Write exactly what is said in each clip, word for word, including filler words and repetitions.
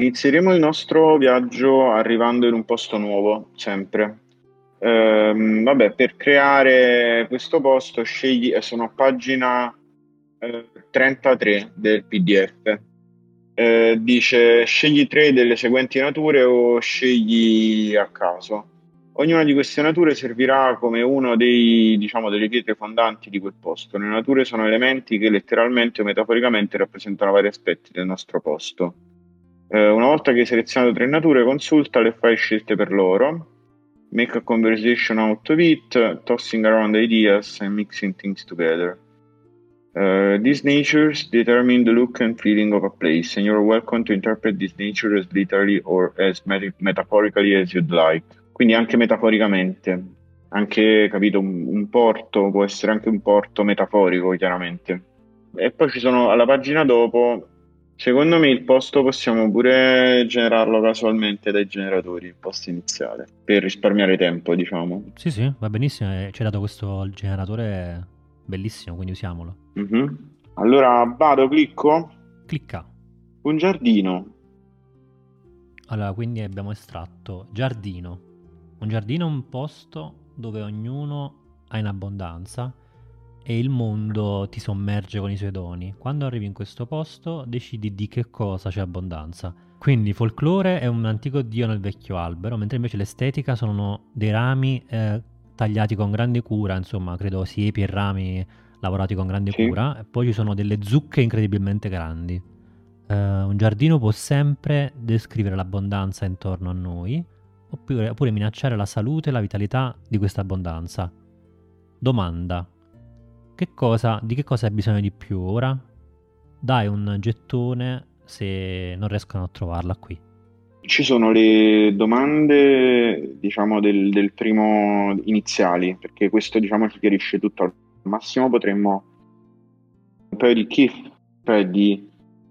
Inizieremo il nostro viaggio arrivando in un posto nuovo, sempre. Ehm, vabbè, per creare questo posto scegli, eh, sono a pagina eh, trentatré del P D F. Eh, dice scegli tre delle seguenti nature o scegli a caso. Ognuna di queste nature servirà come uno dei, diciamo, delle pietre fondanti di quel posto. Le nature sono elementi che letteralmente o metaforicamente rappresentano vari aspetti del nostro posto. Eh, una volta che hai selezionato tre nature, consulta le file scelte per loro, make a conversation out of it, tossing around ideas and mixing things together. Uh, these natures determine the look and feeling of a place, and you're welcome to interpret this nature as literally or as met- metaphorically as you'd like. Quindi anche metaforicamente, anche, capito, un, un porto può essere anche un porto metaforico, chiaramente. E poi ci sono alla pagina dopo, secondo me il posto possiamo pure generarlo casualmente dai generatori, il posto iniziale, per risparmiare tempo, diciamo. Sì, sì, va benissimo. e Ci ha dato questo generatore bellissimo, quindi usiamolo. Mhm. Allora vado, clicco, Clicca. un giardino. Allora, quindi abbiamo estratto giardino. Un giardino è un posto dove ognuno ha in abbondanza e il mondo ti sommerge con i suoi doni. Quando arrivi in questo posto decidi di che cosa c'è abbondanza. Quindi folklore è un antico dio nel vecchio albero, mentre invece l'estetica sono dei rami eh, tagliati con grande cura, insomma, credo siepi e rami lavorati con grande Sì. cura, e poi ci sono delle zucche incredibilmente grandi. Eh, un giardino può sempre descrivere l'abbondanza intorno a noi, oppure, oppure minacciare la salute e la vitalità di questa abbondanza. Domanda: che cosa, di che cosa hai bisogno di più ora? Dai un gettone se non riescono a trovarla qui. Ci sono le domande, diciamo, del, del primo iniziali, perché questo, diciamo, ci chiarisce tutto. Al massimo potremmo un paio di key, un paio di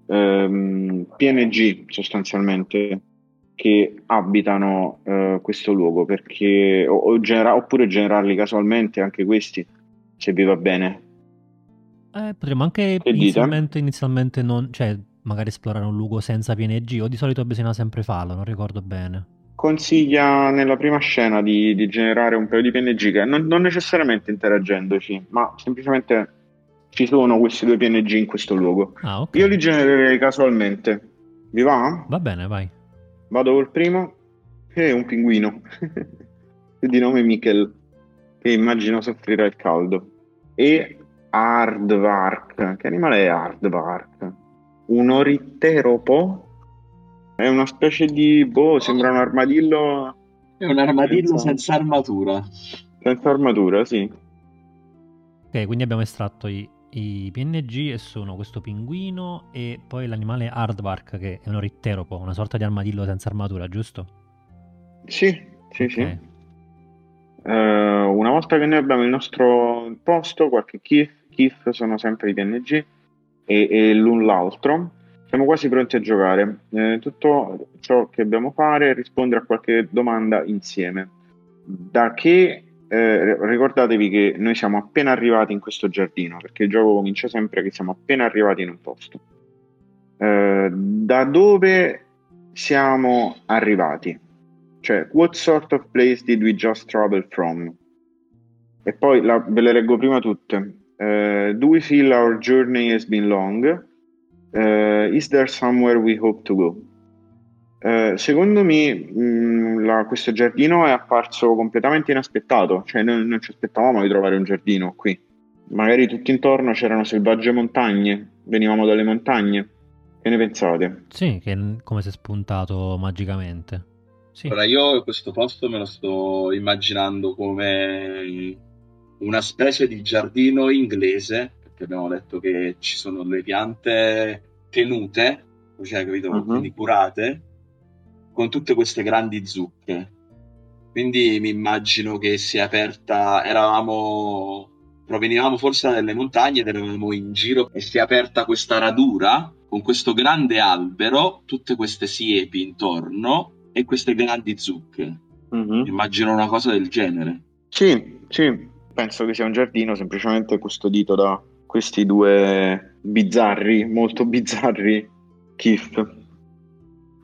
ehm, P N G sostanzialmente che abitano eh, questo luogo, perché o, o genera- oppure generarli casualmente anche questi, se vi va bene. Eh, potremmo anche Che dite? inizialmente, inizialmente non, cioè magari esplorare un luogo senza P N G, o di solito bisogna sempre farlo, non ricordo bene. Consiglia nella prima scena di, di generare un paio di P N G che non, non necessariamente interagendoci, ma semplicemente ci sono questi due P N G in questo luogo. Ah, ok. Io li genererei casualmente. Vi va? Va bene, vai. Vado col primo, che è un pinguino di nome Mikkel, che immagino soffrirà il caldo. E Aardvark. Che animale è Aardvark? Un oriteropo? È una specie di, boh, sembra un armadillo È un armadillo senza, senza armatura. senza armatura, sì. Ok, quindi abbiamo estratto i, i P N G e sono questo pinguino e poi l'animale Aardvark che è un oritteropo, una sorta di armadillo senza armatura, giusto? Sì, sì, Ok. sì. Eh, una volta che noi abbiamo il nostro posto, qualche Kith, Kith sono sempre i P N G e, e l'un l'altro, siamo quasi pronti a giocare. Eh, tutto ciò che dobbiamo fare è rispondere a qualche domanda insieme. Da che, eh, ricordatevi che noi siamo appena arrivati in questo giardino, perché il gioco comincia sempre che siamo appena arrivati in un posto. Eh, da dove siamo arrivati? Cioè, what sort of place did we just travel from? E poi la- ve le leggo prima tutte. Eh, do we feel our journey has been long? Eh, is there somewhere we hope to go? Eh, secondo me, mh, la- questo giardino è apparso completamente inaspettato, cioè noi non ci aspettavamo di trovare un giardino qui. Magari tutto intorno c'erano selvagge montagne, venivamo dalle montagne. Che ne pensate? Sì, che è come se spuntato magicamente. Sì. Ora io questo posto me lo sto immaginando come una specie di giardino inglese, perché abbiamo detto che ci sono le piante tenute, cioè, capito? Quindi Mhm. curate, con tutte queste grandi zucche. Quindi mi immagino che si è aperta, eravamo, provenivamo forse dalle montagne ed eravamo in giro e si è aperta questa radura con questo grande albero, tutte queste siepi intorno e queste grandi zucche. Mhm. Immagino una cosa del genere. Sì, sì, penso che sia un giardino semplicemente custodito da questi due bizzarri, molto bizzarri Kith.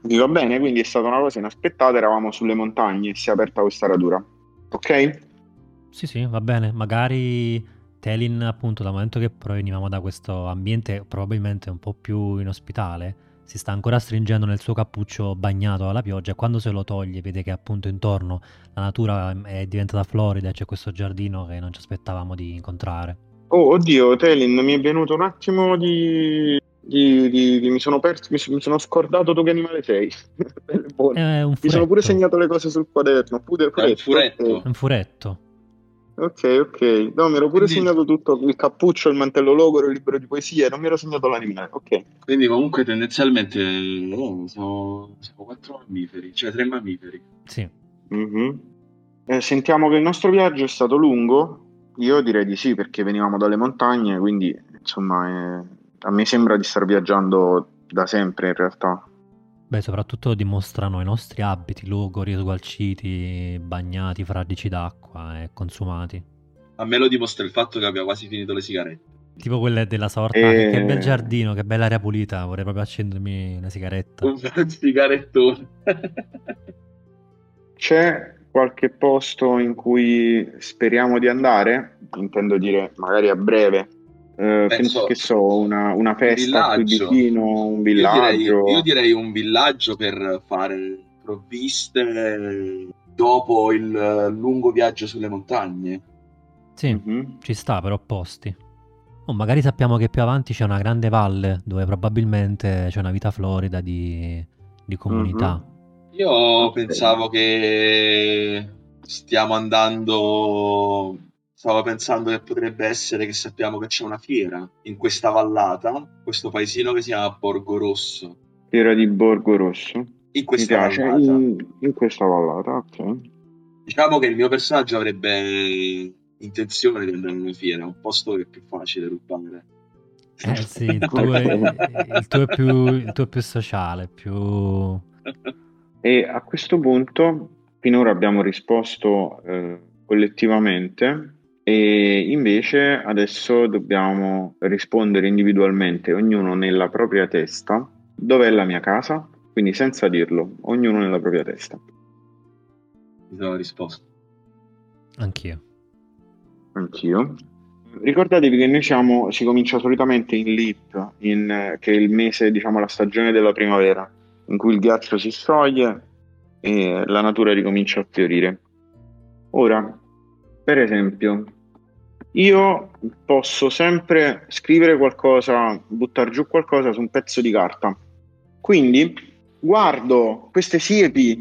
Vi va bene? Quindi è stata una cosa inaspettata, eravamo sulle montagne e si è aperta questa radura. Ok? Sì, sì, va bene. Magari Telin, appunto, dal momento che provenivamo da questo ambiente probabilmente un po' più inospitale, si sta ancora stringendo nel suo cappuccio bagnato dalla pioggia e quando se lo toglie vede che appunto intorno la natura è diventata florida e c'è questo giardino che non ci aspettavamo di incontrare. Oh, oddio, Telin, mi è venuto un attimo di... di- di- di- mi sono perso, mi, so- mi sono scordato tu che animale sei. Bello e buono. È un Mi sono pure furetto, segnato le cose sul quaderno, pure È un furetto, ok. è furetto. un furetto. Ok, ok. No, mi ero pure Quindi, segnato tutto, il cappuccio, il mantello logoro, il libro di poesie, non mi ero segnato l'animale. Ok. quindi comunque tendenzialmente eh, siamo, siamo quattro mammiferi, cioè tre mammiferi. Sì. Mhm. Eh, sentiamo che il nostro viaggio è stato lungo. Io direi di sì, perché venivamo dalle montagne, quindi insomma, eh, a me sembra di star viaggiando da sempre in realtà. Beh, soprattutto dimostrano i nostri abiti logori, sgualciti, bagnati, fradici d'acqua e consumati. A me lo dimostra il fatto che abbia quasi finito le sigarette. Tipo quelle della sorta, ah, che, che bel E giardino, che bella aria pulita, vorrei proprio accendermi una sigaretta. Un bel sigarettone. c'è qualche posto in cui speriamo di andare? Intendo dire, magari a breve. Eh, che, Penso che so, una, una un festa qui villaggio. vicino, un Io direi, io villaggio. direi un villaggio per fare provviste dopo il lungo viaggio sulle montagne. Sì, Mhm. ci sta per opposti. O magari sappiamo che più avanti c'è una grande valle dove probabilmente c'è una vita florida di, di comunità. Mhm. Io Ok. pensavo che stiamo andando. Stavo pensando che potrebbe essere che sappiamo che c'è una fiera in questa vallata, questo paesino che si chiama Borgo Rosso. Fiera di Borgo Rosso. In Mi questa piace, vallata. in, in questa vallata, ok. Diciamo che il mio personaggio avrebbe intenzione di andare in una fiera, un posto che è più facile rubare. Eh sì, il tuo è, Ok. il tuo è più, il tuo è più sociale, più... E a questo punto, finora abbiamo risposto eh, collettivamente e invece adesso dobbiamo rispondere individualmente, ognuno nella propria testa, dov'è la mia casa? Quindi senza dirlo, ognuno nella propria testa. Mi sono risposto. Anch'io. Anch'io. Ricordatevi che noi siamo, si comincia solitamente in Lip, in, eh, che è il mese, diciamo, la stagione della primavera, in cui il ghiaccio si scioglie e la natura ricomincia a fiorire. Ora, per esempio, io posso sempre scrivere qualcosa, buttare giù qualcosa su un pezzo di carta. Quindi guardo queste siepi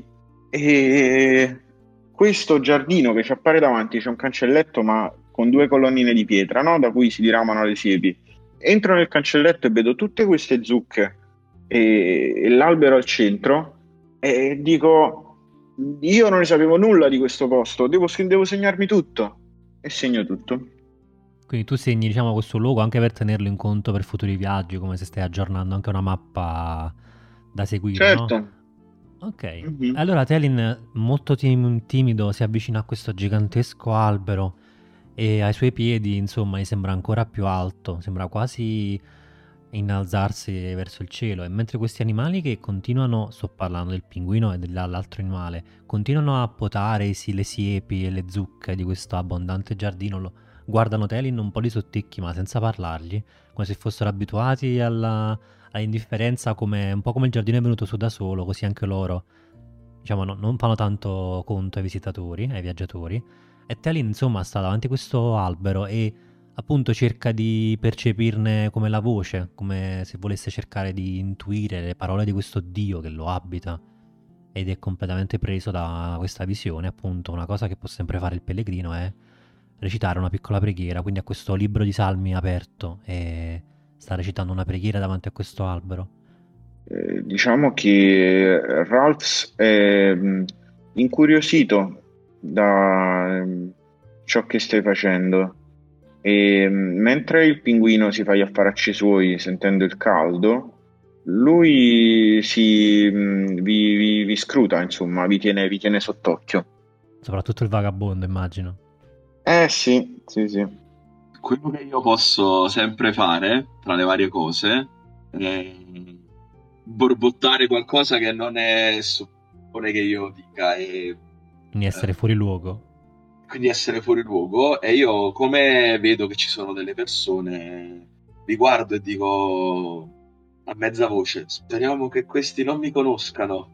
e questo giardino che ci appare davanti, c'è un cancelletto ma con due colonnine di pietra, no? Da cui si diramano le siepi. Entro nel cancelletto e vedo tutte queste zucche e, e l'albero al centro e dico, io non ne sapevo nulla di questo posto, devo, devo segnarmi tutto. E segno tutto. Quindi tu segni, diciamo, questo luogo anche per tenerlo in conto per futuri viaggi, come se stai aggiornando anche una mappa da seguire, no? Certo. Ok. Mhm. Allora Telin, molto tim- timido, si avvicina a questo gigantesco albero e ai suoi piedi, insomma, gli sembra ancora più alto, sembra quasi innalzarsi verso il cielo. E mentre questi animali che continuano, sto parlando del pinguino e dell'altro animale, continuano a potare i si- le siepi e le zucche di questo abbondante giardino, lo- guardano Telin un po' di sottecchi, ma senza parlargli, come se fossero abituati alla, all'indifferenza, come, un po' come il giardino è venuto su da solo, così anche loro, diciamo, no- non fanno tanto conto ai visitatori, ai viaggiatori. E Telin, insomma, sta davanti a questo albero e appunto cerca di percepirne come la voce, come se volesse cercare di intuire le parole di questo Dio che lo abita. Ed è completamente preso da questa visione, appunto, una cosa che può sempre fare il pellegrino è recitare una piccola preghiera, quindi ha questo libro di salmi aperto e sta recitando una preghiera davanti a questo albero. Eh, diciamo che Ralphs è mh, incuriosito da mh, ciò che stai facendo e mh, mentre il pinguino si fa gli affaracci suoi sentendo il caldo, lui si, mh, vi, vi- vi scruta, insomma, vi tiene, vi tiene sott'occhio. Soprattutto il vagabondo, immagino. Eh sì, sì, sì. Quello che io posso sempre fare, tra le varie cose, è borbottare qualcosa che non è suppone che io dica e Quindi essere eh, fuori luogo. quindi essere fuori luogo. E io, come vedo che ci sono delle persone, li guardo e dico a mezza voce: speriamo che questi non mi conoscano.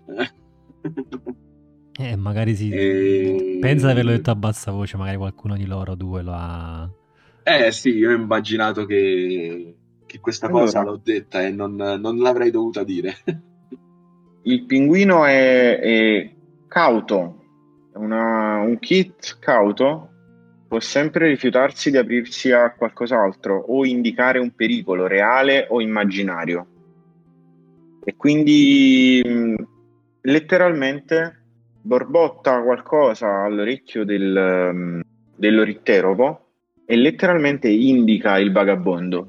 E magari si... Pensa di averlo E... detto a bassa voce, magari qualcuno di loro due lo ha... Eh sì, io ho immaginato che, che questa cosa Allora, l'ho detta e non, non l'avrei dovuta dire. il pinguino è, è cauto, è una- un kit cauto, può sempre rifiutarsi di aprirsi a qualcos'altro o indicare un pericolo reale o immaginario. E quindi mh, letteralmente borbotta qualcosa all'orecchio del, mh, dell'oritteropo e letteralmente indica il vagabondo.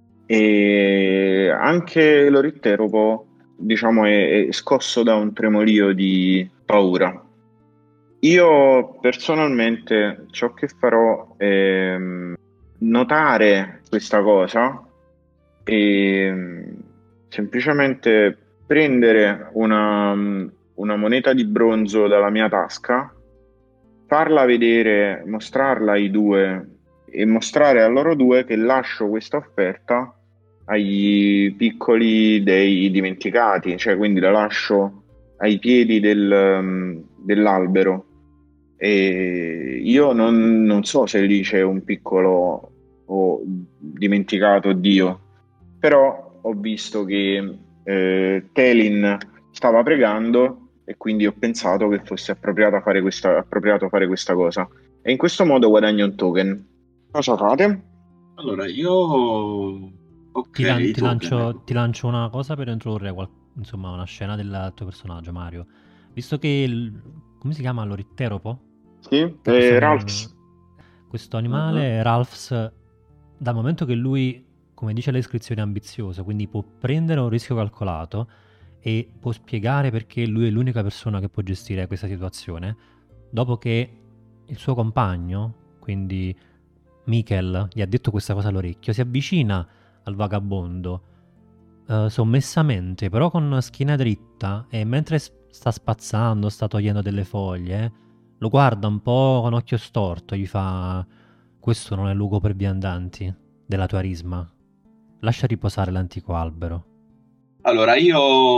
E anche l'oritteropo, diciamo, è, è scosso da un tremolio di paura. Io personalmente ciò che farò è mh, notare questa cosa e mh, semplicemente prendere una, mh, una moneta di bronzo dalla mia tasca, farla vedere, mostrarla ai due e mostrare a loro due che lascio questa offerta agli piccoli dei dimenticati, cioè quindi la lascio ai piedi del, mh, dell'albero. E io non, non so se lì c'è un piccolo o dimenticato Dio, però ho visto che eh, Telin stava pregando e quindi ho pensato che fosse appropriato fare questa, appropriato fare questa cosa. E in questo modo guadagno un token. Cosa fate? Allora, io... Ti, lan- Ok, ti token. lancio, ti lancio una cosa per introdurre qual- insomma, una scena del tuo personaggio, Mario. Visto che il... come si chiama l'oritteropo? Sì? Che è questo, Eh, anim- Ralphs. questo Mhm. animale, Ralphs, dal momento che lui, come dice la descrizione, è ambizioso, quindi può prendere un rischio calcolato e può spiegare perché lui è l'unica persona che può gestire questa situazione, dopo che il suo compagno, quindi Mikel, gli ha detto questa cosa all'orecchio, si avvicina al vagabondo eh, sommessamente, però con schiena dritta, e mentre s- sta spazzando, sta togliendo delle foglie, lo guarda un po' con occhio storto, gli fa: questo non è luogo per viandanti della tua risma. Lascia riposare l'antico albero. Allora, io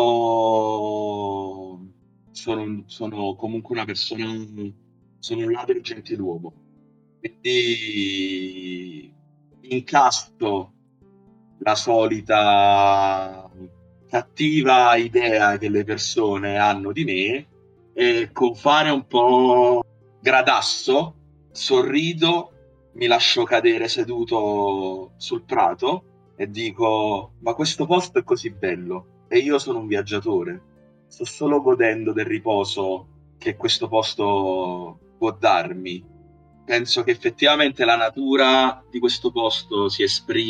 sono, un- sono comunque una persona, sono un ladro gentiluomo, quindi incasto la solita cattiva idea che le persone hanno di me e con fare un po' gradasso, sorrido, mi lascio cadere seduto sul prato e dico: ma questo posto è così bello e io sono un viaggiatore, sto solo godendo del riposo che questo posto può darmi. Penso che effettivamente la natura di questo posto si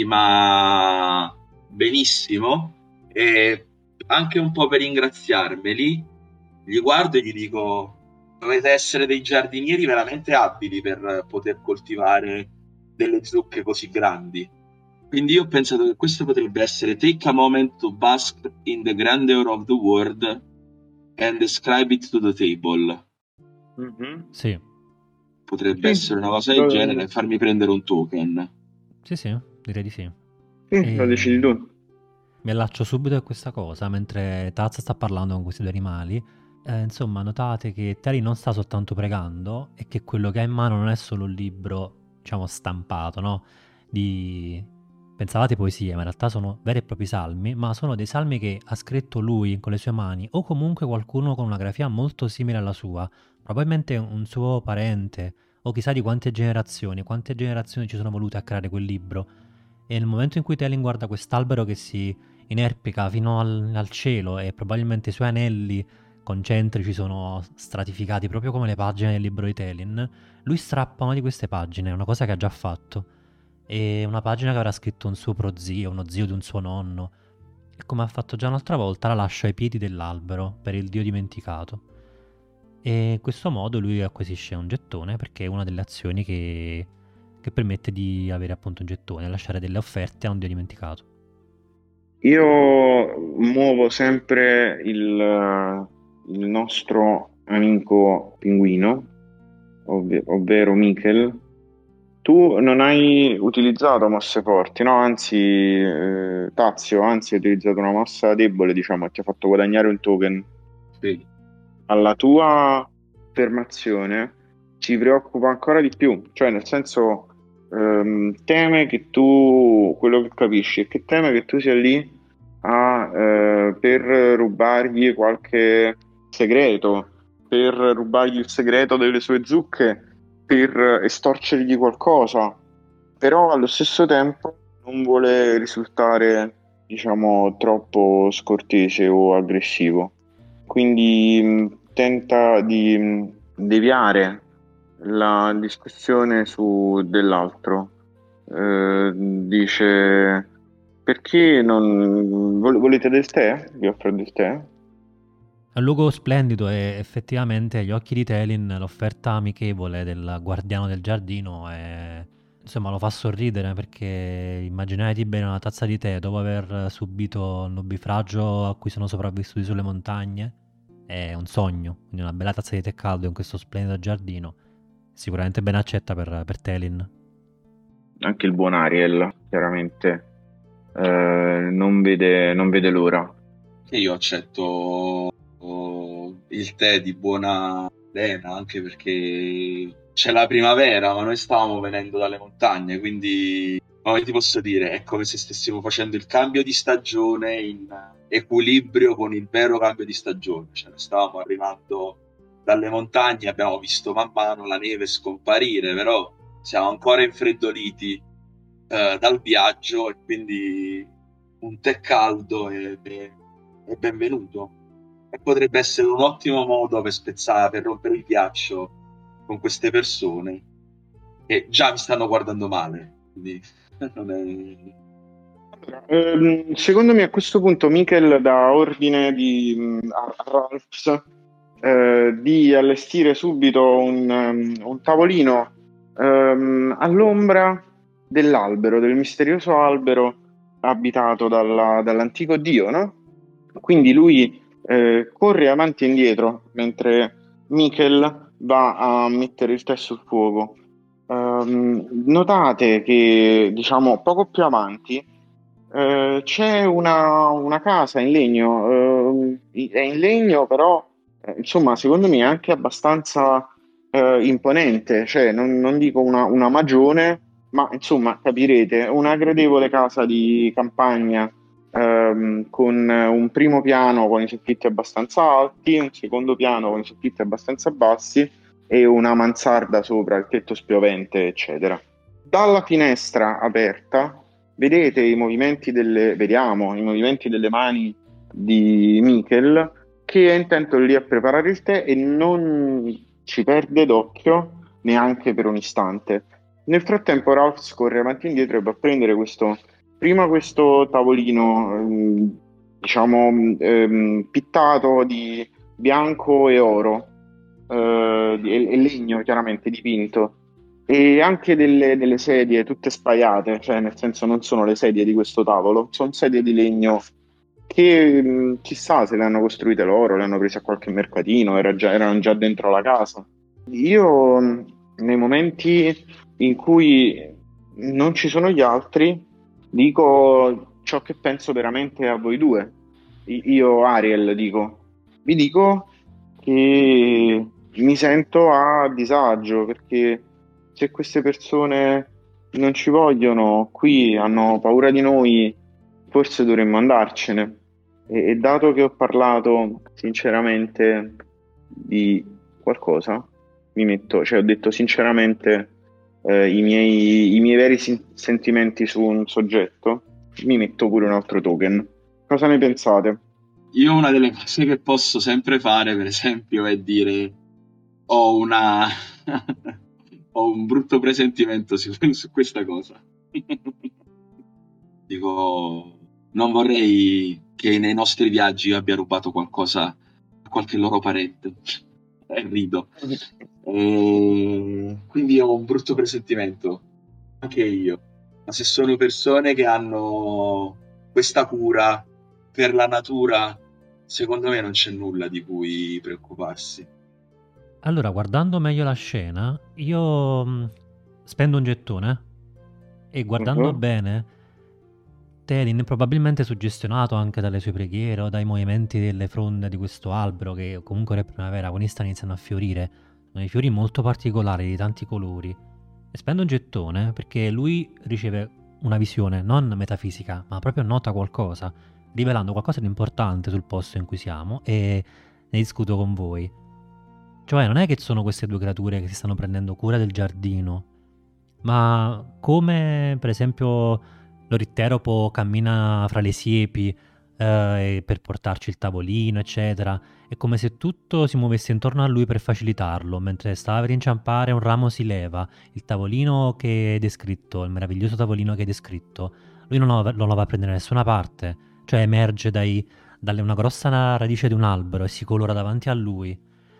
esprima benissimo e anche un po' per ringraziarmeli, gli guardo e gli dico: dovete essere dei giardinieri veramente abili per poter coltivare delle zucche così grandi. Quindi io ho pensato che questo potrebbe essere: take a moment to bask in the grandeur of the world and describe it to the table. Mhm. Sì, Potrebbe Sì, essere una cosa del genere lo, e farmi prendere un token. sì, sì, direi di sì. sì, lo decidi E tu. mi allaccio subito a questa cosa, mentre Taz sta parlando con questi due animali. Eh, insomma, notate che Terry non sta soltanto pregando e che quello che ha in mano non è solo un libro, diciamo, stampato, no? Di... Pensavate poesie, ma in realtà sono veri e propri salmi, ma sono dei salmi che ha scritto lui con le sue mani o comunque qualcuno con una grafia molto simile alla sua, probabilmente un suo parente o chissà di quante generazioni, quante generazioni ci sono volute a creare quel libro. E nel momento in cui Telin guarda quest'albero che si inerpica fino al, al cielo e probabilmente i suoi anelli concentrici sono stratificati proprio come le pagine del libro di Telin, lui strappa una di queste pagine, una cosa che ha già fatto, e una pagina che avrà scritto un suo prozio, uno zio di un suo nonno, e come ha fatto già un'altra volta la lascia ai piedi dell'albero per il dio dimenticato. E in questo modo lui acquisisce un gettone perché è una delle azioni che, che permette di avere appunto un gettone, lasciare delle offerte a un dio dimenticato. Io muovo sempre il, il nostro amico pinguino, ovve- ovvero Mikel. Tu non hai utilizzato mosse forti, no? Anzi, eh, Tazio, anzi, hai utilizzato una mossa debole, diciamo, e ti ha fatto guadagnare un token. Sì. Alla tua affermazione ci preoccupa ancora di più, cioè nel senso ehm, teme che tu, quello che capisci è che teme che tu sia lì a, eh, per rubargli qualche segreto, per rubargli il segreto delle sue zucche, per estorcergli qualcosa, però allo stesso tempo non vuole risultare, diciamo, troppo scortese o aggressivo. Quindi mh, tenta di mh, deviare la discussione su dell'altro. Eh, dice: perché non vol- volete del tè? Vi offro del tè? È un luogo splendido e effettivamente agli occhi di Telin l'offerta amichevole del guardiano del giardino è... insomma lo fa sorridere perché immaginati bene una tazza di tè dopo aver subito il nubifragio a cui sono sopravvissuti sulle montagne è un sogno, quindi una bella tazza di tè caldo in questo splendido giardino, sicuramente ben accetta per, per Telin. Anche il buon Ariel, chiaramente, eh, non vede, non vede l'ora. E io accetto oh, il tè di buona lena, anche perché c'è la primavera, ma noi stavamo venendo dalle montagne, quindi come ti posso dire, è come se stessimo facendo il cambio di stagione in equilibrio con il vero cambio di stagione. Cioè, noi stavamo arrivando dalle montagne, abbiamo visto man mano la neve scomparire, però siamo ancora infreddoliti eh, dal viaggio e quindi un tè caldo è, è, è benvenuto e potrebbe essere un ottimo modo per spezzare, per rompere il ghiaccio con queste persone che già mi stanno guardando male, quindi non è... Ehm, secondo me a questo punto Mikel dà ordine di, mh, a, a Ralphs eh, di allestire subito un, um, un tavolino ehm, all'ombra dell'albero, del misterioso albero abitato dalla- dall'antico dio, no? Quindi lui eh, corre avanti e indietro mentre Mikel va a mettere il tè sul fuoco. Ehm, notate che, diciamo, poco più avanti eh, c'è una, una casa in legno, ehm, è in legno, però, eh, insomma, secondo me è anche abbastanza eh, imponente, cioè non, non dico una, una magione, ma insomma, capirete, una gradevole casa di campagna ehm, con un primo piano con i soffitti abbastanza alti, un secondo piano con i soffitti abbastanza bassi e una mansarda sopra, il tetto spiovente, eccetera. Dalla finestra aperta vedete i movimenti delle, vediamo i movimenti delle mani di Mikel che è intento lì a preparare il tè e non ci perde d'occhio neanche per un istante. Nel frattempo Ralph scorre avanti e indietro e va a prendere questo, prima questo tavolino, ehm, diciamo, ehm, pittato di bianco e oro, eh, di- e e legno chiaramente dipinto e anche delle, delle sedie tutte spaiate, cioè nel senso non sono le sedie di questo tavolo, sono sedie di legno che mh, chissà se le hanno costruite loro, le hanno prese a qualche mercatino, era già- erano già dentro la casa. Io mh, nei momenti in cui non ci sono gli altri, dico ciò che penso veramente a voi due. I- Io, Ariel, dico, vi dico che mi sento a disagio perché se queste persone non ci vogliono, qui hanno paura di noi, forse dovremmo andarcene. E, e dato che ho parlato sinceramente di qualcosa, mi metto, cioè ho detto sinceramente eh, i miei, i miei veri sin- sentimenti su un soggetto, mi metto pure un altro token. Cosa ne pensate? Io una delle cose che posso sempre fare, per esempio, è dire ho una ho un brutto presentimento su, su questa cosa. Dico, non vorrei che nei nostri viaggi io abbia rubato qualcosa a qualche loro parente. E rido. E quindi ho un brutto presentimento, anche io. Ma se sono persone che hanno questa cura per la natura, secondo me non c'è nulla di cui preoccuparsi. Allora, guardando meglio la scena, io mh, spendo un gettone e guardando Mhm. bene, Telin, probabilmente suggestionato anche dalle sue preghiere o dai movimenti delle fronde di questo albero che comunque ora è primavera, quindi stanno iniziando a fiorire, sono dei fiori molto particolari di tanti colori. E spendo un gettone perché lui riceve una visione non metafisica, ma proprio nota qualcosa, rivelando qualcosa di importante sul posto in cui siamo e ne discuto con voi. Cioè, non è che sono queste due creature che si stanno prendendo cura del giardino, ma come per esempio l'oritteropo cammina fra le siepi eh, per portarci il tavolino, eccetera, è come se tutto si muovesse intorno a lui per facilitarlo, mentre stava per inciampare un ramo si leva, il tavolino che hai descritto, il meraviglioso tavolino che hai descritto, lui non lo, non lo va a prendere da nessuna parte, cioè emerge dai, dalle una grossa radice di un albero e si colora davanti a lui.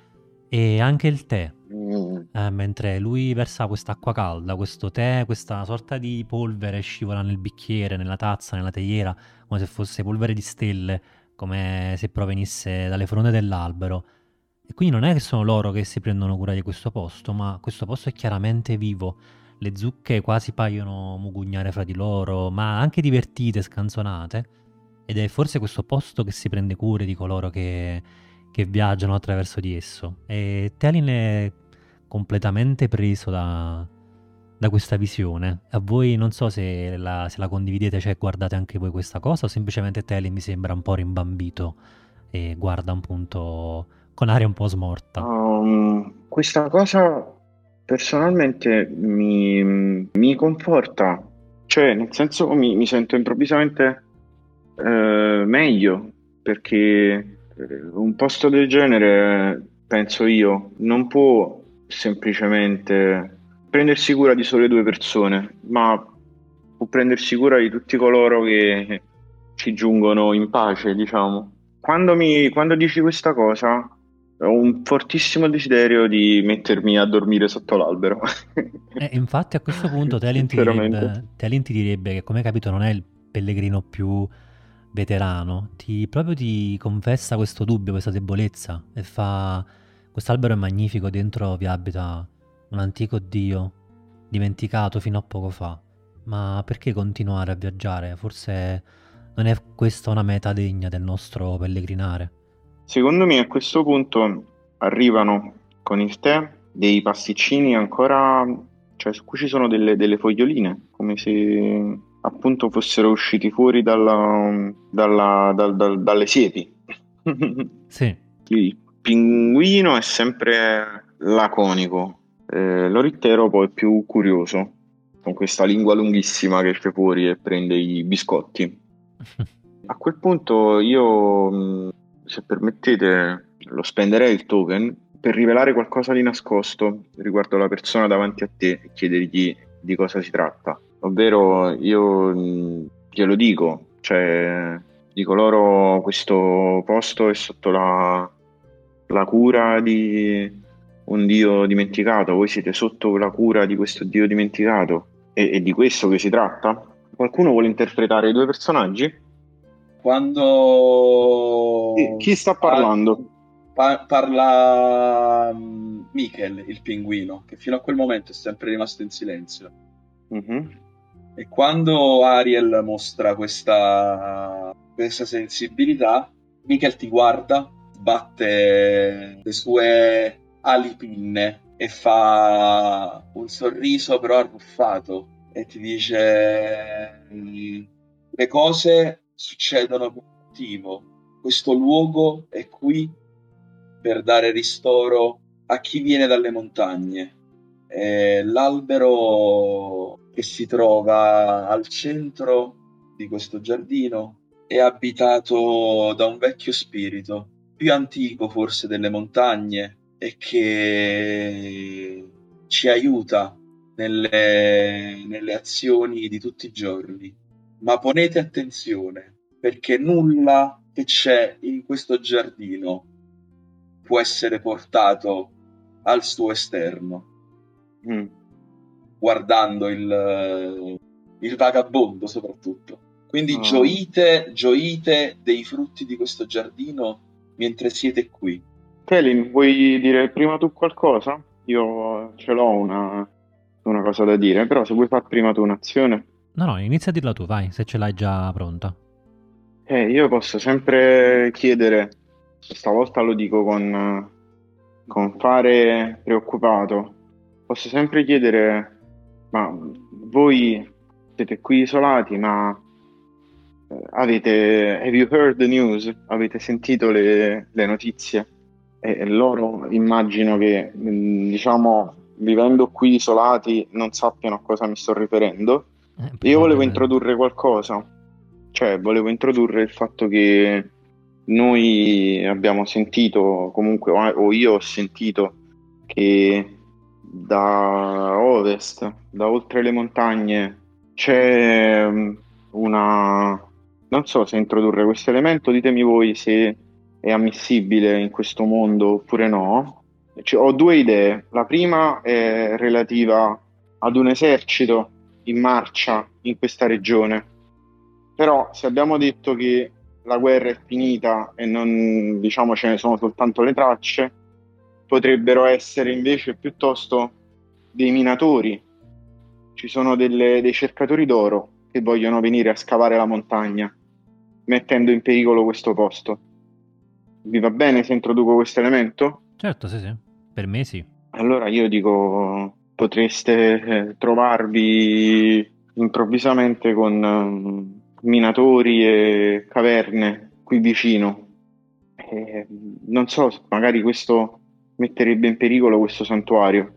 E anche il tè, Mm. eh, mentre lui versa quest'acqua calda, questo tè, questa sorta di polvere scivola nel bicchiere, nella tazza, nella teiera, come se fosse polvere di stelle, come se provenisse dalle fronde dell'albero. E quindi non è che sono loro che si prendono cura di questo posto, ma questo posto è chiaramente vivo. Le zucche quasi paiono mugugnare fra di loro, ma anche divertite, scanzonate. Ed è forse questo posto che si prende cura di coloro che, che viaggiano attraverso di esso. E Telin è completamente preso da, da questa visione. A voi non so se la, se la condividete, cioè guardate anche voi questa cosa, o semplicemente Telin mi sembra un po' rimbambito e guarda un punto con aria un po' smorta. Um, questa cosa personalmente mi, mi conforta, cioè nel senso mi, mi sento improvvisamente eh, meglio perché eh, un posto del genere, penso io, non può semplicemente prendersi cura di sole due persone, ma può prendersi cura di tutti coloro che ci giungono in pace, diciamo. Quando mi, quando dici questa cosa, ho un fortissimo desiderio di mettermi a dormire sotto l'albero. E infatti a questo punto Telin ti Sinceramente. direbbe, Telin ti direbbe che, come hai capito, non è il pellegrino più veterano, ti, proprio ti confessa questo dubbio, questa debolezza e fa: quest'albero è magnifico, dentro vi abita un antico dio, dimenticato fino a poco fa, ma perché continuare a viaggiare? Forse non è questa una meta degna del nostro pellegrinare. Secondo me a questo punto arrivano con il tè dei pasticcini ancora, cioè su cui ci sono delle, delle foglioline, come se appunto fossero usciti fuori dalla, dalla- dal- dal- dalle siepi. Sì, Il pinguino è sempre laconico, eh, l'orittero poi è più curioso, con questa lingua lunghissima che esce fuori e prende i biscotti. A quel punto io, mh, se permettete, lo spenderei il token per rivelare qualcosa di nascosto riguardo la persona davanti a te e chiedergli di cosa si tratta. Ovvero, io mh, glielo dico, cioè dico loro questo posto è sotto la, la cura di un dio dimenticato, voi siete sotto la cura di questo dio dimenticato e, e di questo che si tratta? Qualcuno vuole interpretare i due personaggi? Chi, Quando chi sta pa- parlando? pa- parla mm, Mikel, il pinguino, che fino a quel momento è sempre rimasto in silenzio. Mhm. E quando Ariel mostra questa, questa sensibilità, Mikel ti guarda, batte le sue ali pinne e fa un sorriso però arruffato e ti dice: "Mm, le cose succedono per un motivo. Questo luogo è qui per dare ristoro a chi viene dalle montagne. Eh, l'albero che si trova al centro di questo giardino è abitato da un vecchio spirito, più antico forse delle montagne, e che ci aiuta nelle, nelle azioni di tutti i giorni. Ma ponete attenzione, perché nulla che c'è in questo giardino può essere portato al suo esterno, Mm. guardando il, il vagabondo soprattutto. Quindi Ah. gioite, gioite dei frutti di questo giardino mentre siete qui. Kelly, vuoi dire prima tu qualcosa? Io ce l'ho una, una cosa da dire, però se vuoi fare prima tu un'azione. No, no, inizia a dirla tu, vai, se ce l'hai già pronta. Eh, io posso sempre chiedere, stavolta lo dico con, con fare preoccupato, posso sempre chiedere, ma voi siete qui isolati, ma eh, avete, have you heard the news? Avete sentito le, le notizie? E, e loro immagino che, mh, diciamo, vivendo qui isolati non sappiano a cosa mi sto riferendo. Eh, Io volevo probabilmente. introdurre qualcosa, cioè volevo introdurre il fatto che noi abbiamo sentito, comunque, o o io ho sentito che da ovest, da oltre le montagne, c'è mm, una... Non so se introdurre questo elemento, ditemi voi se è ammissibile in questo mondo oppure no. Cioè, ho due idee. La prima è relativa ad un esercito in marcia in questa regione. Però se abbiamo detto che la guerra è finita e non, diciamo, ce ne sono soltanto le tracce, potrebbero essere invece piuttosto dei minatori. Ci sono delle- dei cercatori d'oro che vogliono venire a scavare la montagna, mettendo in pericolo questo posto. Vi va bene se introduco questo elemento? Certo, sì, sì. Per me sì. Allora io dico, potreste eh, trovarvi improvvisamente con eh, minatori e caverne qui vicino. Eh, non so, magari questo metterebbe in pericolo questo santuario.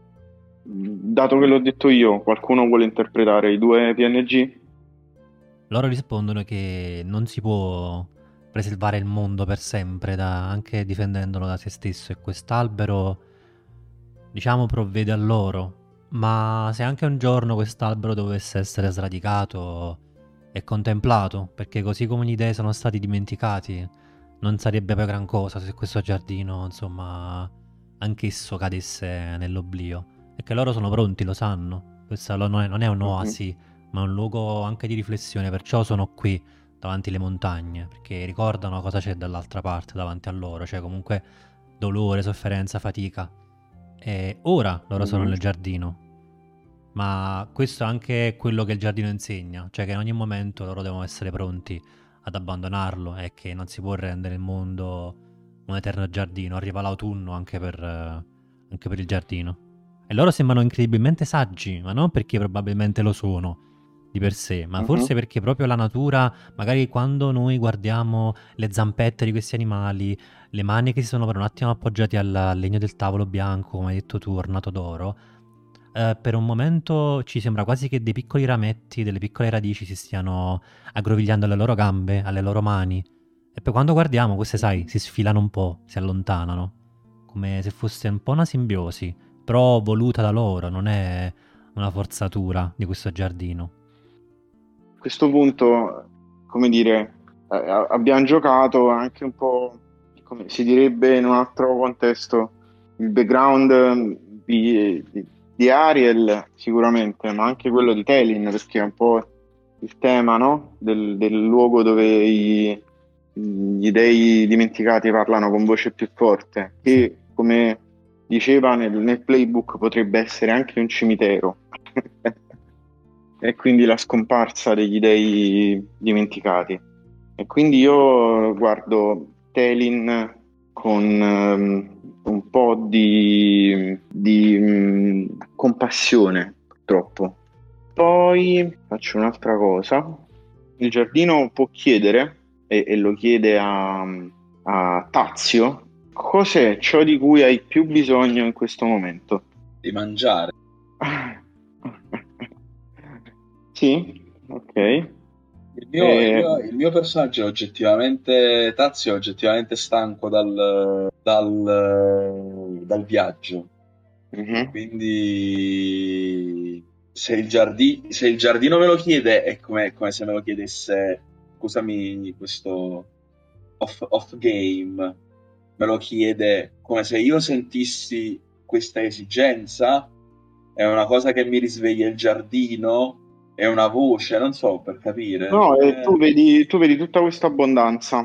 Dato che l'ho detto io, qualcuno vuole interpretare i due P N G? Loro rispondono che non si può preservare il mondo per sempre, da- anche difendendolo da se stesso, e quest'albero, diciamo, provvede a loro. Ma se anche un giorno quest'albero dovesse essere sradicato e contemplato, perché così come gli dei sono stati dimenticati, non sarebbe poi gran cosa se questo giardino, insomma, anch'esso cadesse nell'oblio. E che loro sono pronti, lo sanno. Questa lo- non è, non è Mhm. un'oasi, ma è un luogo anche di riflessione, perciò sono qui davanti alle montagne, perché ricordano cosa c'è dall'altra parte davanti a loro, cioè comunque dolore, sofferenza, fatica. E ora loro sono Mhm. nel giardino, ma questo è anche quello che il giardino insegna, cioè che in ogni momento loro devono essere pronti ad abbandonarlo e che non si può rendere il mondo un eterno giardino, arriva l'autunno anche per, eh, anche per il giardino. E loro sembrano incredibilmente saggi, ma non perché probabilmente lo sono di per sé, ma Mhm. forse perché proprio la natura, magari quando noi guardiamo le zampette di questi animali, le mani che si sono per un attimo appoggiati al al legno del tavolo bianco, come hai detto tu, ornato d'oro, eh, per un momento ci sembra quasi che dei piccoli rametti, delle piccole radici si stiano aggrovigliando alle loro gambe, alle loro mani. E poi quando guardiamo, queste, sai, si sfilano un po', si allontanano, come se fosse un po' una simbiosi, però voluta da loro, non è una forzatura di questo giardino. A questo punto, come dire, eh, a- abbiamo giocato anche un po', come si direbbe in un altro contesto, il background eh, di, di- di Ariel sicuramente, ma anche quello di Telin, perché è un po' il tema, no? Del, del luogo dove i- gli dei dimenticati parlano con voce più forte, Sì. che come diceva nel, nel playbook potrebbe essere anche un cimitero. E quindi la scomparsa degli dei dimenticati. E quindi io guardo Telin con ehm, un po' di, di, mh, compassione, purtroppo. Poi faccio un'altra cosa. Il giardino può chiedere, e, e lo chiede a, a Tazio, cos'è ciò di cui hai più bisogno in questo momento? Di mangiare. Sì, ok. Il mio, il Eh, mio- il mio personaggio è oggettivamente, Tazio è oggettivamente stanco dal, dal, dal viaggio. mhm. Quindi se il, giardi- se il giardino me lo chiede è come, come se me lo chiedesse, scusami, questo off, off game, me lo chiede come se io sentissi questa esigenza, è una cosa che mi risveglia il giardino è una voce, non so, per capire. No, e tu Eh, vedi, tu vedi tutta questa abbondanza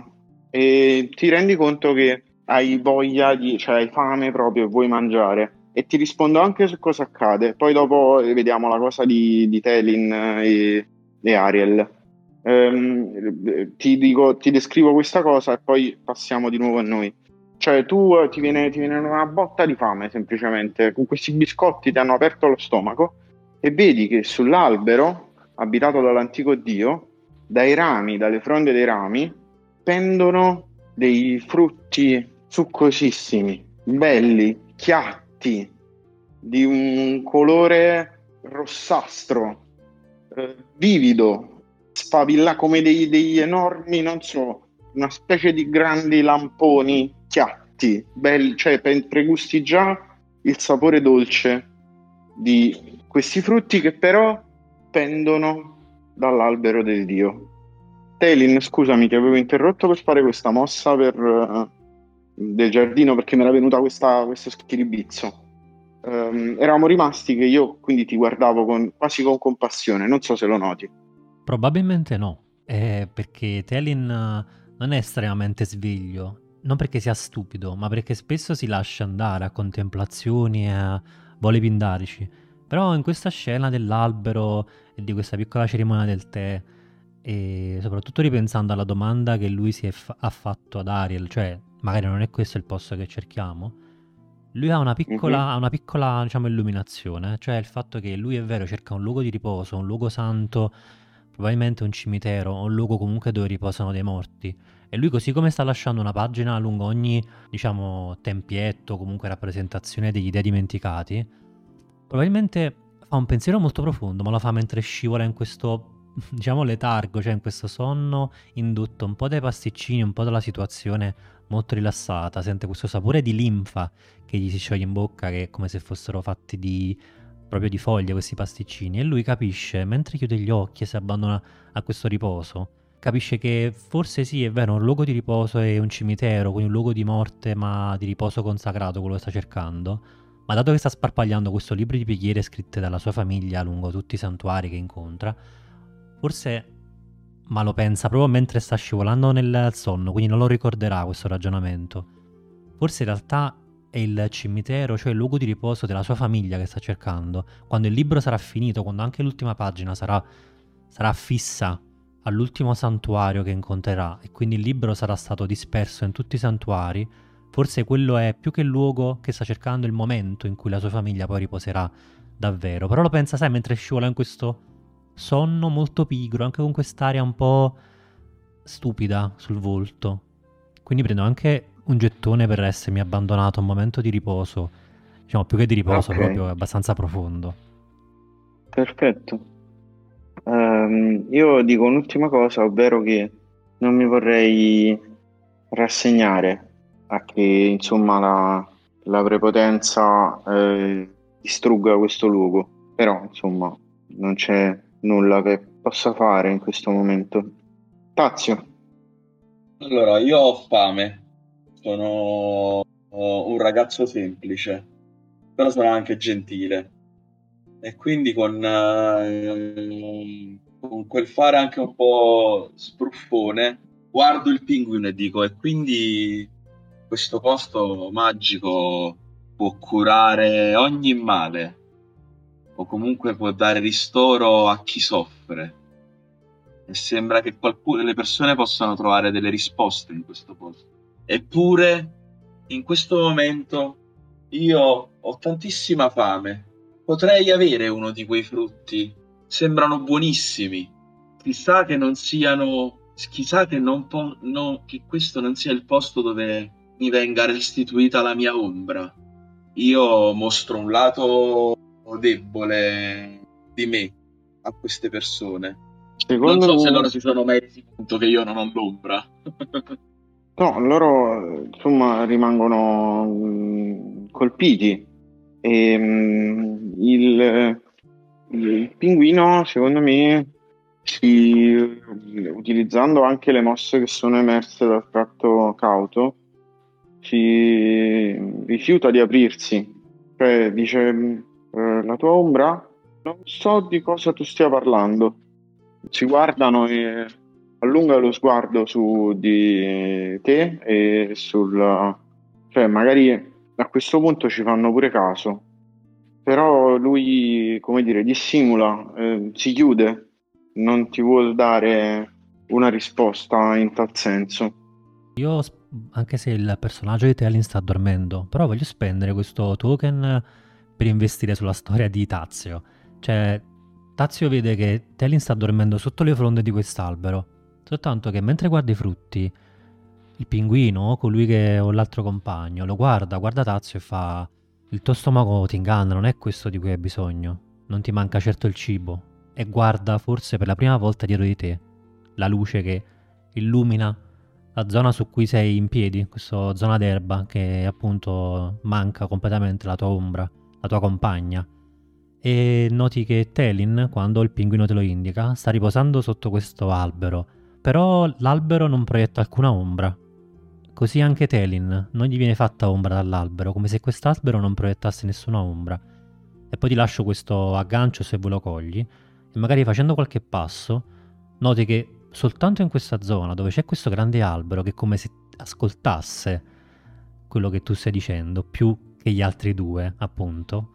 e ti rendi conto che hai voglia di, cioè hai fame proprio e vuoi mangiare. E ti rispondo anche su cosa accade. Poi dopo eh, vediamo la cosa di, di Telin eh, e, e Ariel. Ehm, eh, ti dico, ti descrivo questa cosa e poi passiamo di nuovo a noi. Cioè, tu eh, ti viene, ti viene una botta di fame semplicemente. Con questi biscotti ti hanno aperto lo stomaco e vedi che sull'albero, abitato dall'antico dio, dai rami, dalle fronde dei rami, pendono dei frutti succosissimi, belli, chiatti, di un colore rossastro, eh, vivido, sfavilla come dei- degli enormi, non so, una specie di grandi lamponi chiatti, belli, cioè pe- pregusti già il sapore dolce di questi frutti che però pendono dall'albero del dio. Telin, scusami, ti avevo interrotto per fare questa mossa per, eh, del giardino perché mi era venuta questa, questo schiribizzo. Ehm, eravamo rimasti che io quindi ti guardavo con, quasi con compassione, non so se lo noti. Probabilmente no, eh, perché Telin eh, non è estremamente sveglio, non perché sia stupido, ma perché spesso si lascia andare a contemplazioni e a voli pindarici. Però in questa scena dell'albero e di questa piccola cerimonia del tè, e soprattutto ripensando alla domanda che lui si è fa- ha fatto ad Ariel, cioè magari non è questo il posto che cerchiamo, lui ha una Mhm. piccola, ha una piccola, diciamo, illuminazione, cioè il fatto che lui è vero, cerca un luogo di riposo, un luogo santo, probabilmente un cimitero, o un luogo comunque dove riposano dei morti. E lui, così come sta lasciando una pagina lungo ogni, diciamo, tempietto, comunque rappresentazione degli dei dimenticati, probabilmente fa un pensiero molto profondo, ma lo fa mentre scivola in questo, diciamo, letargo, cioè in questo sonno indotto un po' dai pasticcini, un po' dalla situazione molto rilassata, sente questo sapore di linfa che gli si scioglie in bocca, che è come se fossero fatti di proprio di foglie questi pasticcini, e lui capisce, mentre chiude gli occhi e si abbandona a questo riposo, capisce che forse sì, è vero, un luogo di riposo è un cimitero, quindi un luogo di morte, ma di riposo consacrato, quello che sta cercando. Ma dato che sta sparpagliando questo libro di preghiere scritte dalla sua famiglia lungo tutti i santuari che incontra, forse, ma lo pensa proprio mentre sta scivolando nel sonno, quindi non lo ricorderà questo ragionamento. Forse in realtà è il cimitero, cioè il luogo di riposo della sua famiglia che sta cercando. Quando il libro sarà finito, quando anche l'ultima pagina sarà, sarà fissa all'ultimo santuario che incontrerà e quindi il libro sarà stato disperso in tutti i santuari, forse quello è più che il luogo che sta cercando il momento in cui la sua famiglia poi riposerà davvero. Però lo pensa, sai, mentre scivola in questo sonno molto pigro, anche con quest'aria un po' stupida sul volto. Quindi prendo anche un gettone per essermi abbandonato a un momento di riposo, diciamo più che di riposo, Ok, proprio abbastanza profondo. perfetto. Ehm, io dico un'ultima cosa, ovvero che non mi vorrei rassegnare a che insomma la, la prepotenza eh, distrugga questo luogo, però insomma non c'è nulla che possa fare in questo momento. Tazio, Allora, io ho fame, sono un ragazzo semplice, però sono anche gentile. E quindi con, eh, con quel fare anche un po' sbruffone, guardo il pinguino e dico, e quindi questo posto magico può curare ogni male, o comunque può dare ristoro a chi soffre. E sembra che qualcuno, le persone possano trovare delle risposte in questo posto. Eppure, in questo momento, io ho tantissima fame. Potrei avere uno di quei frutti. Sembrano buonissimi. Chissà che non siano, chissà che non po- no- che questo non sia il posto dove mi venga restituita la mia ombra. Io mostro un lato debole di me a queste persone. Non secondo so se me, loro si sono mai resi conto che io non ho l'ombra. no, loro eh, insomma rimangono mh, colpiti e mh, il, il pinguino secondo me si, utilizzando anche le mosse che sono emerse dal tratto cauto, si rifiuta di aprirsi, cioè dice mh, eh, la tua ombra? Non so di cosa tu stia parlando. Si guardano e allunga lo sguardo su di te e sul... cioè magari a questo punto ci fanno pure caso, però lui, come dire, dissimula, eh, si chiude, non ti vuol dare una risposta in tal senso. Io, s- anche se il personaggio di Telin sta dormendo, però voglio spendere questo token per investire sulla storia di Tazio. Cioè, Tazio vede che Telin sta dormendo sotto le fronde di quest'albero, soltanto che mentre guarda i frutti, il pinguino, colui che ho l'altro compagno, lo guarda, guarda Tazio e fa: il tuo stomaco ti inganna, non è questo di cui hai bisogno, non ti manca certo il cibo. E guarda forse per la prima volta dietro di te la luce che illumina la zona su cui sei in piedi, questa zona d'erba che appunto manca completamente la tua ombra, la tua compagna. E noti che Telin, quando il pinguino te lo indica, sta riposando sotto questo albero, però l'albero non proietta alcuna ombra. Così anche Telin, non gli viene fatta ombra dall'albero, come se quest'albero non proiettasse nessuna ombra. E poi ti lascio questo aggancio se ve lo cogli, e magari facendo qualche passo, noti che soltanto in questa zona dove c'è questo grande albero che è come se ascoltasse quello che tu stai dicendo, più che gli altri due, appunto.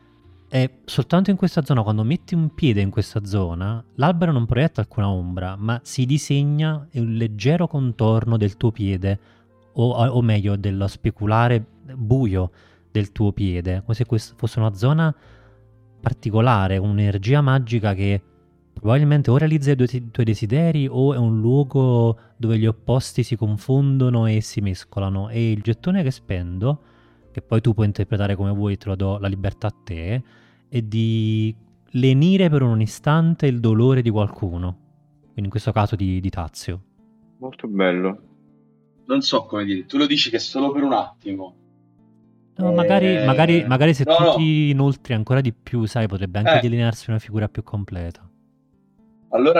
E soltanto in questa zona, quando metti un piede in questa zona, l'albero non proietta alcuna ombra, ma si disegna un leggero contorno del tuo piede, o, o meglio, dello speculare buio del tuo piede, come se questa fosse una zona particolare, un'energia magica che probabilmente o realizza i, due, i tuoi desideri o è un luogo dove gli opposti si confondono e si mescolano. E il gettone che spendo, che poi tu puoi interpretare come vuoi, te lo do la libertà a te, è di lenire per un istante il dolore di qualcuno. Quindi in questo caso di, di Tazio. Molto bello. Non so come dire, tu lo dici che è solo per un attimo. No, magari, magari, Eh, magari se No, tu no. ti inoltri ancora di più, sai, potrebbe anche Eh, delinearsi una figura più completa. allora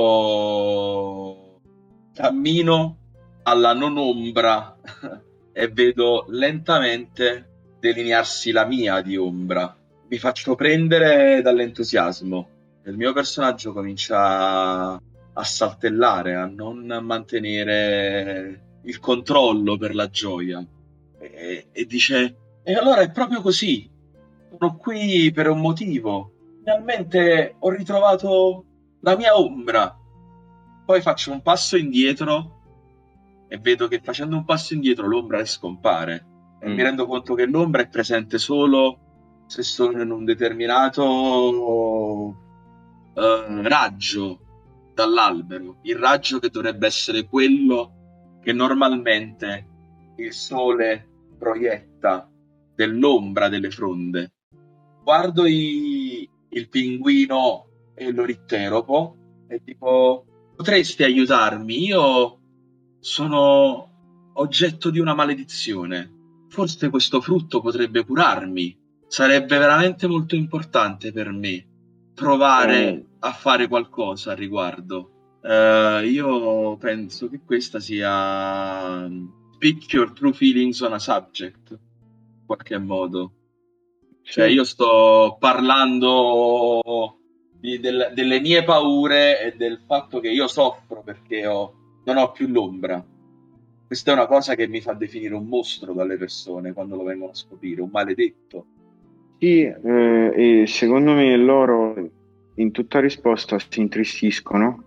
io cammino alla non ombra e vedo lentamente delinearsi la mia di ombra. Mi faccio prendere dall'entusiasmo. Il mio personaggio comincia a saltellare, a non mantenere il controllo per la gioia. E, e dice: E allora è proprio così. Sono qui per un motivo. Finalmente ho ritrovato la mia ombra. Poi faccio un passo indietro e vedo che facendo un passo indietro l'ombra scompare. E mi Mm. rendo conto che l'ombra è presente solo se sono in un determinato eh, raggio dall'albero. Il raggio che dovrebbe essere quello che normalmente il sole proietta dell'ombra delle fronde. Guardo i- il pinguino e l'oritteropo e dico: potresti aiutarmi? Io sono oggetto di una maledizione. Forse questo frutto potrebbe curarmi. Sarebbe veramente molto importante per me Eh, provare a fare qualcosa al riguardo. Eh, io penso che questa sia Speak your true feelings on a subject, in qualche modo. Cioè, sì, io sto parlando di- del- delle mie paure e del fatto che io soffro perché ho- non ho più l'ombra. Questa è una cosa che mi fa definire un mostro dalle persone quando lo vengono a scoprire, un maledetto. sì, eh, e secondo me loro in tutta risposta si intristiscono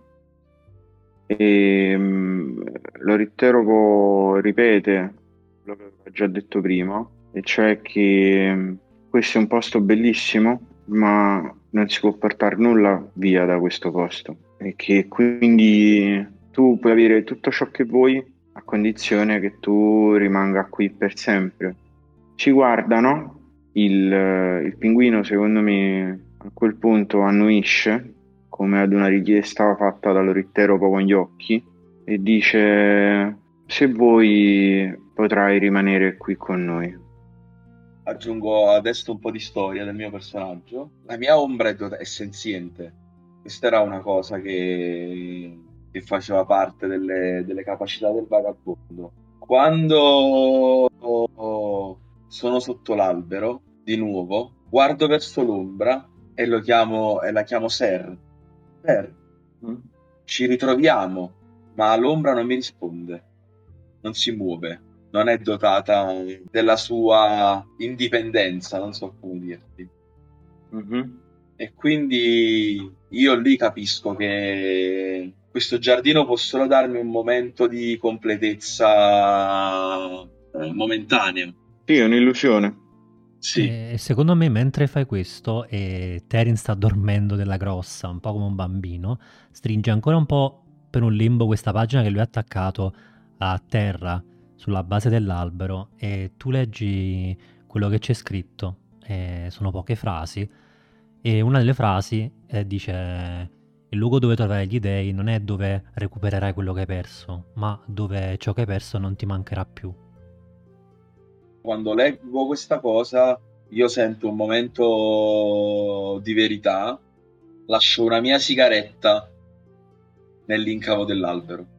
e mm, l'Oritteropo ripete quello che aveva già detto prima, e cioè che mm, questo è un posto bellissimo, ma non si può portare nulla via da questo posto e che quindi tu puoi avere tutto ciò che vuoi a condizione che tu rimanga qui per sempre. Ci guardano, il, il pinguino secondo me a quel punto annuisce come ad una richiesta fatta dall'Oritteropo con gli occhi e dice: se vuoi potrai rimanere qui con noi. Aggiungo adesso un po' di storia del mio personaggio. La mia ombra è, dot- è senziente. Questa era una cosa che, che faceva parte delle, delle capacità del vagabondo. Quando sono sotto l'albero, di nuovo, guardo verso l'ombra e lo chiamo e la chiamo Ser. Ser, Mm. ci ritroviamo, ma l'ombra non mi risponde, non si muove, non è dotata della sua indipendenza, non so come dirti. Mhm. E quindi io lì capisco che questo giardino può solo darmi un momento di completezza eh, momentaneo. Sì, è un'illusione. Sì, E secondo me, mentre fai questo e Terin sta dormendo della grossa, un po' come un bambino, stringe ancora un po' per un limbo questa pagina che lui ha attaccato a terra sulla base dell'albero e tu leggi quello che c'è scritto. E sono poche frasi e una delle frasi eh, dice: il luogo dove troverai gli dei non è dove recupererai quello che hai perso, ma dove ciò che hai perso non ti mancherà più. quando leggo questa cosa io sento un momento di verità, lascio una mia sigaretta nell'incavo dell'albero.